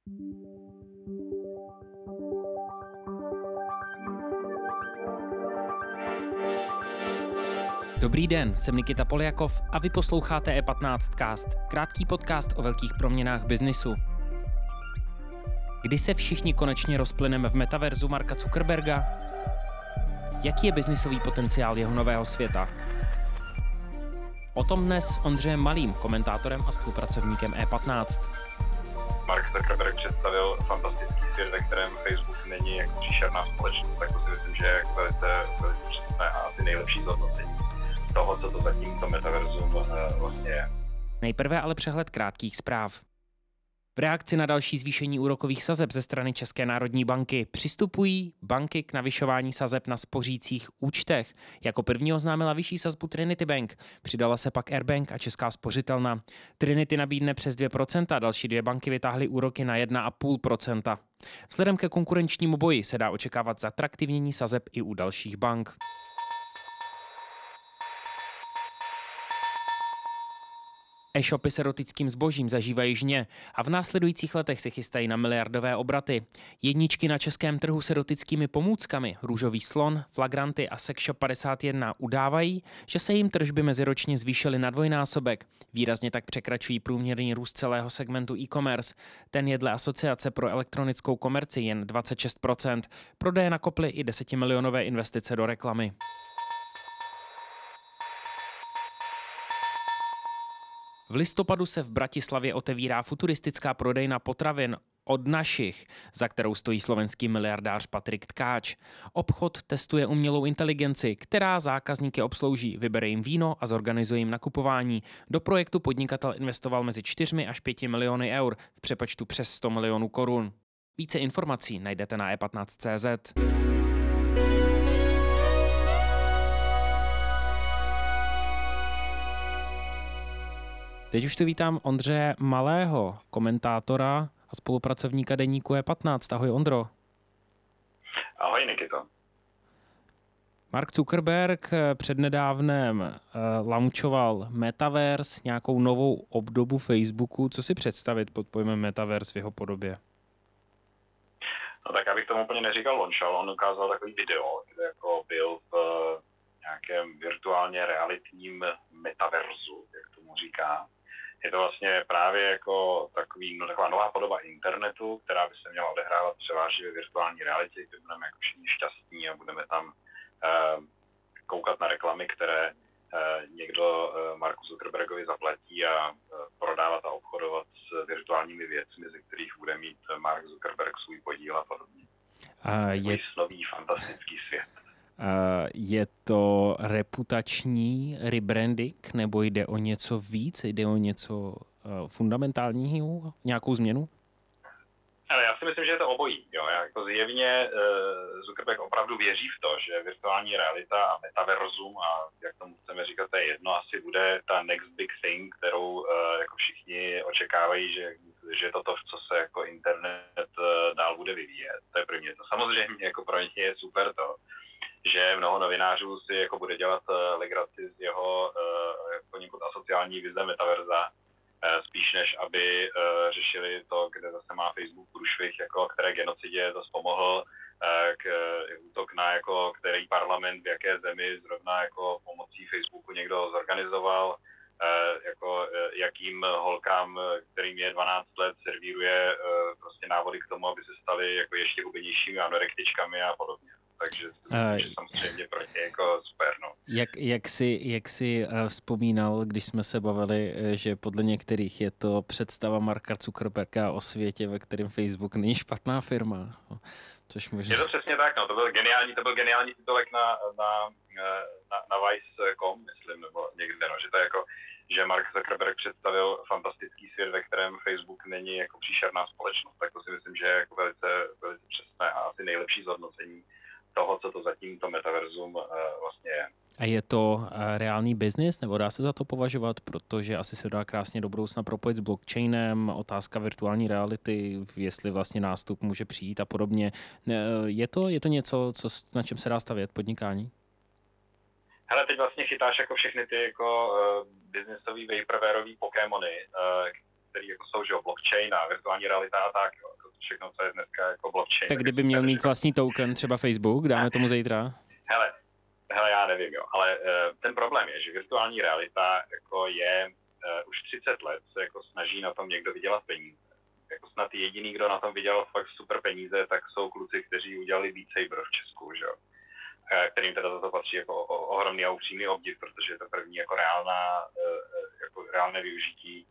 Dobrý den, jsem Nikita Poljakov a vy posloucháte E15cast, krátký podcast o velkých proměnách biznisu. Kdy se všichni konečně rozplyneme v metaverzu Marka Zuckerberga? Jaký je biznisový potenciál jeho nového světa? O tom dnes s Ondřejem Malým, komentátorem a spolupracovníkem E15. Mark Zuckerberg představil fantastický svět, ve kterém Facebook není jako příšerná společnost, tak to si myslím, že je velice přesné a asi nejlepší zhodnocení toho, co to zatím to metaverzum vlastně je. Nejprve ale přehled krátkých zpráv. V reakci na další zvýšení úrokových sazeb ze strany České národní banky přistupují banky k navyšování sazeb na spořících účtech. Jako první oznámila vyšší sazbu Trinity Bank. Přidala se pak Airbank a Česká spořitelna. Trinity nabídne přes 2%, další dvě banky vytáhly úroky na 1,5%. Vzhledem ke konkurenčnímu boji se dá očekávat zatraktivnění sazeb i u dalších bank. E-shopy s erotickým zbožím zažívají žně a v následujících letech se chystají na miliardové obraty. Jedničky na českém trhu s erotickými pomůckami, Růžový slon, Flagranty a Sexshop 51 udávají, že se jim tržby meziročně zvýšily na dvojnásobek. Výrazně tak překračují průměrný růst celého segmentu e-commerce. Ten je dle Asociace pro elektronickou komerci jen 26%. Prodeje nakoply i 10milionové investice do reklamy. V listopadu se v Bratislavě otevírá futuristická prodejna potravin Od našich, za kterou stojí slovenský miliardář Patrik Tkáč. Obchod testuje umělou inteligenci, která zákazníky obslouží, vybere jim víno a zorganizuje jim nakupování. Do projektu podnikatel investoval mezi 4 až 5 miliony eur, v přepočtu přes 100 milionů korun. Více informací najdete na e15.cz. Teď už tu vítám Ondřeje Malého, komentátora a spolupracovníka deníku E15. Ahoj Ondro. Ahoj Nikito. Mark Zuckerberg přednedávnem launchoval Metaverse, nějakou novou obdobu Facebooku. Co si představit pod pojmem Metaverse v jeho podobě? No tak já bych tomu úplně neříkal launchal, on ukázal takový video, kde jako byl v nějakém virtuálně realitním metaverzu, jak tomu říká. Je to vlastně právě jako taková nová podoba internetu, která by se měla odehrávat převážně ve virtuální realitě, kde budeme jako všichni šťastní a budeme tam koukat na reklamy, které někdo Marku Zuckerbergovi zaplatí a prodávat a obchodovat s virtuálními věcmi, ze kterých bude mít Mark Zuckerberg svůj podíl a podobně. Je nový fantastický svět. Je to reputační rebranding, nebo jde o něco víc, jde o něco fundamentálního, nějakou změnu? Ale já si myslím, že je to obojí. Jo. Jako zjevně Zuckerberg opravdu věří v to, že virtuální realita a metaverzum, a jak tomu chceme říkat, to je jedno, asi bude ta next big thing, kterou jako všichni očekávají, že je to to, v co se jako internet dál bude vyvíjet. To je první. To samozřejmě jako pro ně je super to, že mnoho novinářů si jako bude dělat legraci z jeho poněkud asociální vize metaverza, spíš než aby řešili to, kde zase má Facebook průšvih, jako které genocidě to pomohl, útok na jako který parlament v jaké zemi zrovna jako pomocí Facebooku někdo zorganizoval, jako jakým holkám, kterým je 12 let, servíruje prostě návody k tomu, aby se stali jako ještě hubenějšími anorektičkami a podobně. Takže samozřejmě pro ně jako super. No. Jak jsi vzpomínal, když jsme se bavili, že podle některých je to představa Marka Zuckerberga o světě, ve kterém Facebook není špatná firma. Což možná... Je to přesně tak, no. To byl geniální titulek na Vice.com, myslím, nebo někde, no, že to je jako, že Mark Zuckerberg představil fantastický svět, ve kterém Facebook není jako příšerná společnost. Tak to si myslím, že je jako velice přesné a asi nejlepší zhodnocení toho, co to zatím to metaverzum vlastně je. A je to reálný biznis, nebo dá se za to považovat, protože asi se dá krásně do budoucna propojit s blockchainem, otázka virtuální reality, jestli vlastně nástup může přijít a podobně. Je to něco, na čem se dá stavět podnikání? Hele, teď vlastně chytáš jako všechny ty jako biznisový vaporwareový Pokémony, které jako jsou, že jo, blockchain a virtuální realita a tak, jo, jako všechno, co je dneska jako blockchain. Tak kdyby měl mít vlastní token, třeba Facebook, dáme tomu zítra? Hele, já nevím, jo, ale ten problém je, že virtuální realita jako je už 30 let se jako snaží na tom někdo vydělat peníze. Jako snad jediný, kdo na tom vydělal fakt super peníze, tak jsou kluci, kteří udělali Beat Saber v Česku, že jo. Kterým teda za to patří jako ohromný a upřímný obdiv, protože je to první jako reálné využití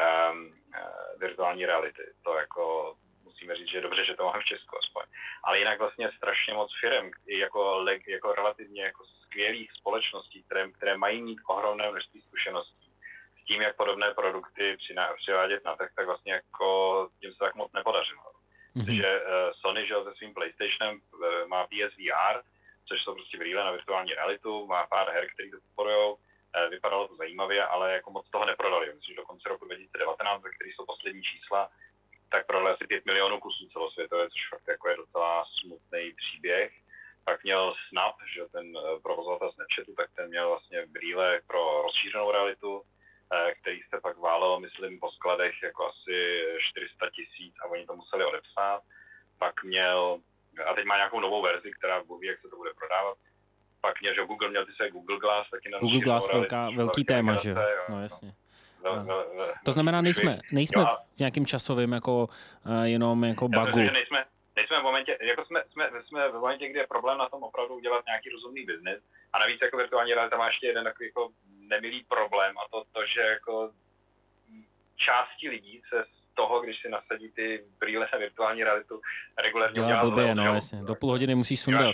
virtuální reality. To jako musíme říct, že je dobře, že to máme v Česku aspoň. Ale jinak vlastně strašně moc firem, jako relativně jako skvělých společností, které mají mít ohromné množství zkušeností s tím, jak podobné produkty přivádět na trh, tak vlastně jako tím se tak moc nepodařilo. Protože Sony, že se svým PlayStationem má PSVR, což jsou prostě brýle na virtuální realitu, má pár her, který to podporujou, vypadalo to zajímavě, ale jako moc toho neprodali. Myslím, že do konce roku 2019, ve který jsou poslední čísla, tak prodali asi 5 milionů kusů celosvětově, což fakt jako je docela smutný příběh. Pak měl Snap, že ten provozovatel Snapchatu, tak ten měl vlastně brýle pro rozšířenou realitu, který se pak válel, myslím, po skladech jako asi 400 000 a oni to museli odepsat. Pak měl, a teď má nějakou novou verzi, která Bůh ví, jak se to bude prodávat. Pak měl, že Google měl ty Google Glass, taky na Google Glass, velký téma, že jo? No jasně. To znamená, nejsme v nějakým časovým jako jenom jako bugu. Nejsme v momentě, jako jsme v momentě, kdy je problém na tom opravdu udělat nějaký rozumný biznis. A navíc jako virtuální realita má ještě jeden takový jako nemilý problém, a to, že jako části lidí se z toho, když si nasadí ty brýle na virtuální realitu, regulérně udělá blbě, no jasně. Do půl hodiny musíš sundat.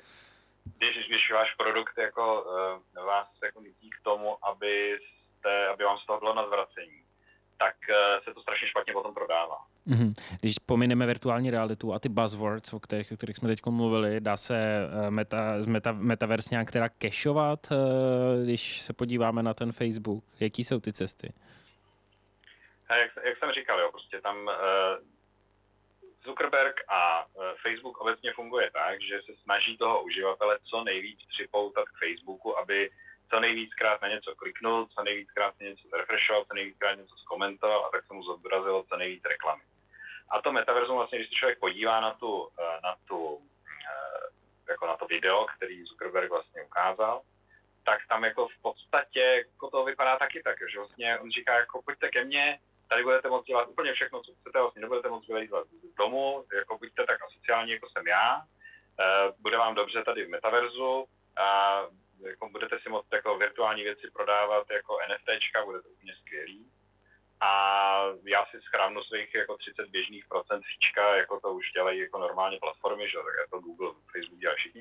Když váš produkt jako vás jako nutí k tomu, aby vám z toho bylo na zvracení, tak se to strašně špatně potom prodává. Když pomineme virtuální realitu a ty buzzwords, o kterých jsme teď mluvili, dá se metaverse nějak teda cashovat, když se podíváme na ten Facebook? Jaký jsou ty cesty? Jak jsem říkal, jo, prostě tam Zuckerberg a Facebook obecně funguje tak, že se snaží toho uživatele co nejvíc připoutat k Facebooku, aby co nejvíckrát na něco kliknul, co nejvíckrát něco refreshoval, co nejvíckrát něco zkomentoval a tak se mu zobrazilo co nejvíc reklamy. A to metaverzum vlastně, když se člověk podívá na to video, který Zuckerberg vlastně ukázal, tak tam jako v podstatě jako to vypadá taky tak, že vlastně on říká jako pojďte ke mně, tady budete moct dělat úplně všechno, co chcete, vlastně nebudete moct dělat z domu, jako buďte tak asociální, jako jsem já, bude vám dobře tady v metaverzu a jako budete si moct jako virtuální věci prodávat jako NFTčka, bude to úplně skvělý. A já si schránu svých jako 30 běžných procent fíčka, jako to už dělají jako normálně platformy, že tak jako Google, Facebook dělají všichni.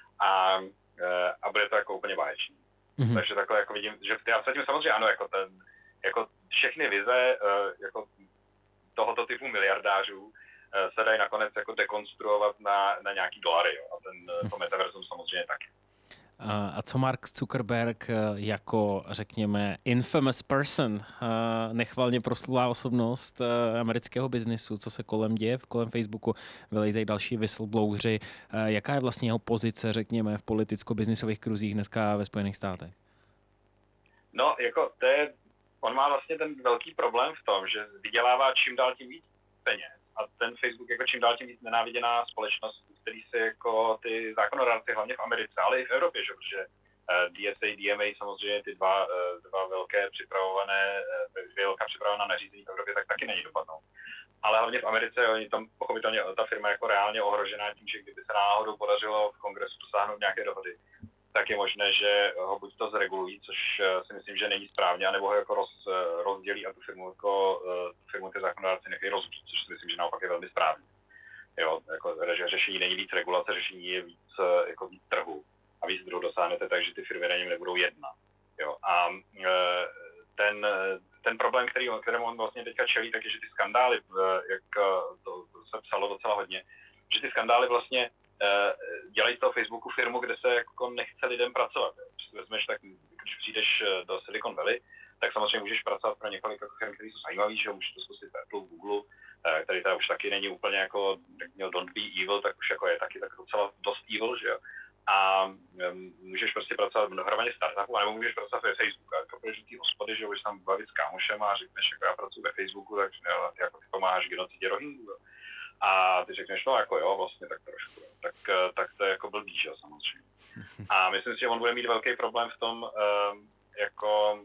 A bude to jako úplně báječný. Takže takhle jako vidím, že já zatím samozřejmě ano, jako všechny vize jako tohoto typu miliardářů se dají nakonec jako dekonstruovat na nějaký dolary, jo. A to metaverzum samozřejmě taky. A co Mark Zuckerberg jako, řekněme, infamous person, nechvalně proslulá osobnost amerického biznisu, co se kolem děje, kolem Facebooku, vylejzejí další whistleblowři. Jaká je vlastně jeho pozice, řekněme, v politicko-biznisových kruzích dneska ve Spojených státech? No, jako on má vlastně ten velký problém v tom, že vydělává čím dál tím víc peněz. A ten Facebook jako čím dál tím víc nenáviděná společnost, který se jako ty zákonodárci, hlavně v Americe, ale i v Evropě, že? Protože DSA, DMA, samozřejmě ty dva velká připravovaná nařízení v Evropě, tak taky není dopadnou. Ale hlavně v Americe, oni tam pochopitelně ta firma je jako reálně ohrožená tím, že kdyby se náhodou podařilo v kongresu dosáhnout nějaké dohody, tak je možné, že ho buď to zregulují, což si myslím, že není správně, anebo ho jako rozdělí a tu firmu ty zákonodárci nechají rozbít, což si myslím, že naopak je velmi správně. Jo, jako, že řešení není víc regulace, řešení je víc trhu a víc druhů dosáhnete, takže ty firmy na něm nebudou jedna. Jo, a ten problém, kterému on vlastně teďka čelí, tak je, že ty skandály, jak to se psalo docela hodně, že ty skandály vlastně dělají z toho Facebooku firmu, kde se jako nechce lidem pracovat. Když si vezmeš, tak když přijdeš do Silicon Valley, tak samozřejmě můžeš pracovat pro několik firm, které jsou zajímavý, že můžeš to zkusit v Apple, Google, který teda už taky není úplně jako, jak měl don't be evil, tak už jako je taky tak docela dost evil, že jo. a můžeš prostě pracovat hromadě startupů, nebo můžeš pracovat ve Facebooku. Jako půjdeš do té hospody, že budeš tam bavit s kámošem a řekneš, jako já pracuji ve Facebooku, takže jako ty pomáháš genocidě Rohingů. Jo. A ty řekneš, no jako jo, vlastně tak trošku. Jo. Tak to je jako blbý, že samozřejmě. A myslím si, že on bude mít velký problém v tom, jako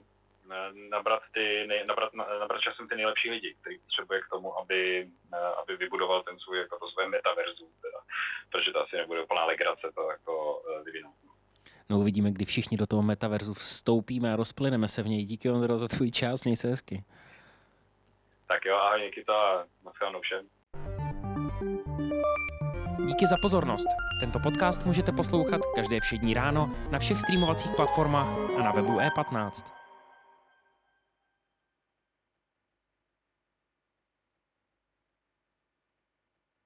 nabrat časem ty nejlepší lidi, který potřebuje k tomu, aby vybudoval ten svůj, jako to své metaverzum, teda. Protože to asi nebude úplná legrace to jako vyvinout. No uvidíme, kdy všichni do toho metaverzu vstoupíme a rozplyneme se v něj. Díky, Ondro, za tvůj čas, měj se hezky. Tak jo, ahoj Nikita, nashledanou všem. Díky za pozornost. Tento podcast můžete poslouchat každé všední ráno na všech streamovacích platformách a na webu E15.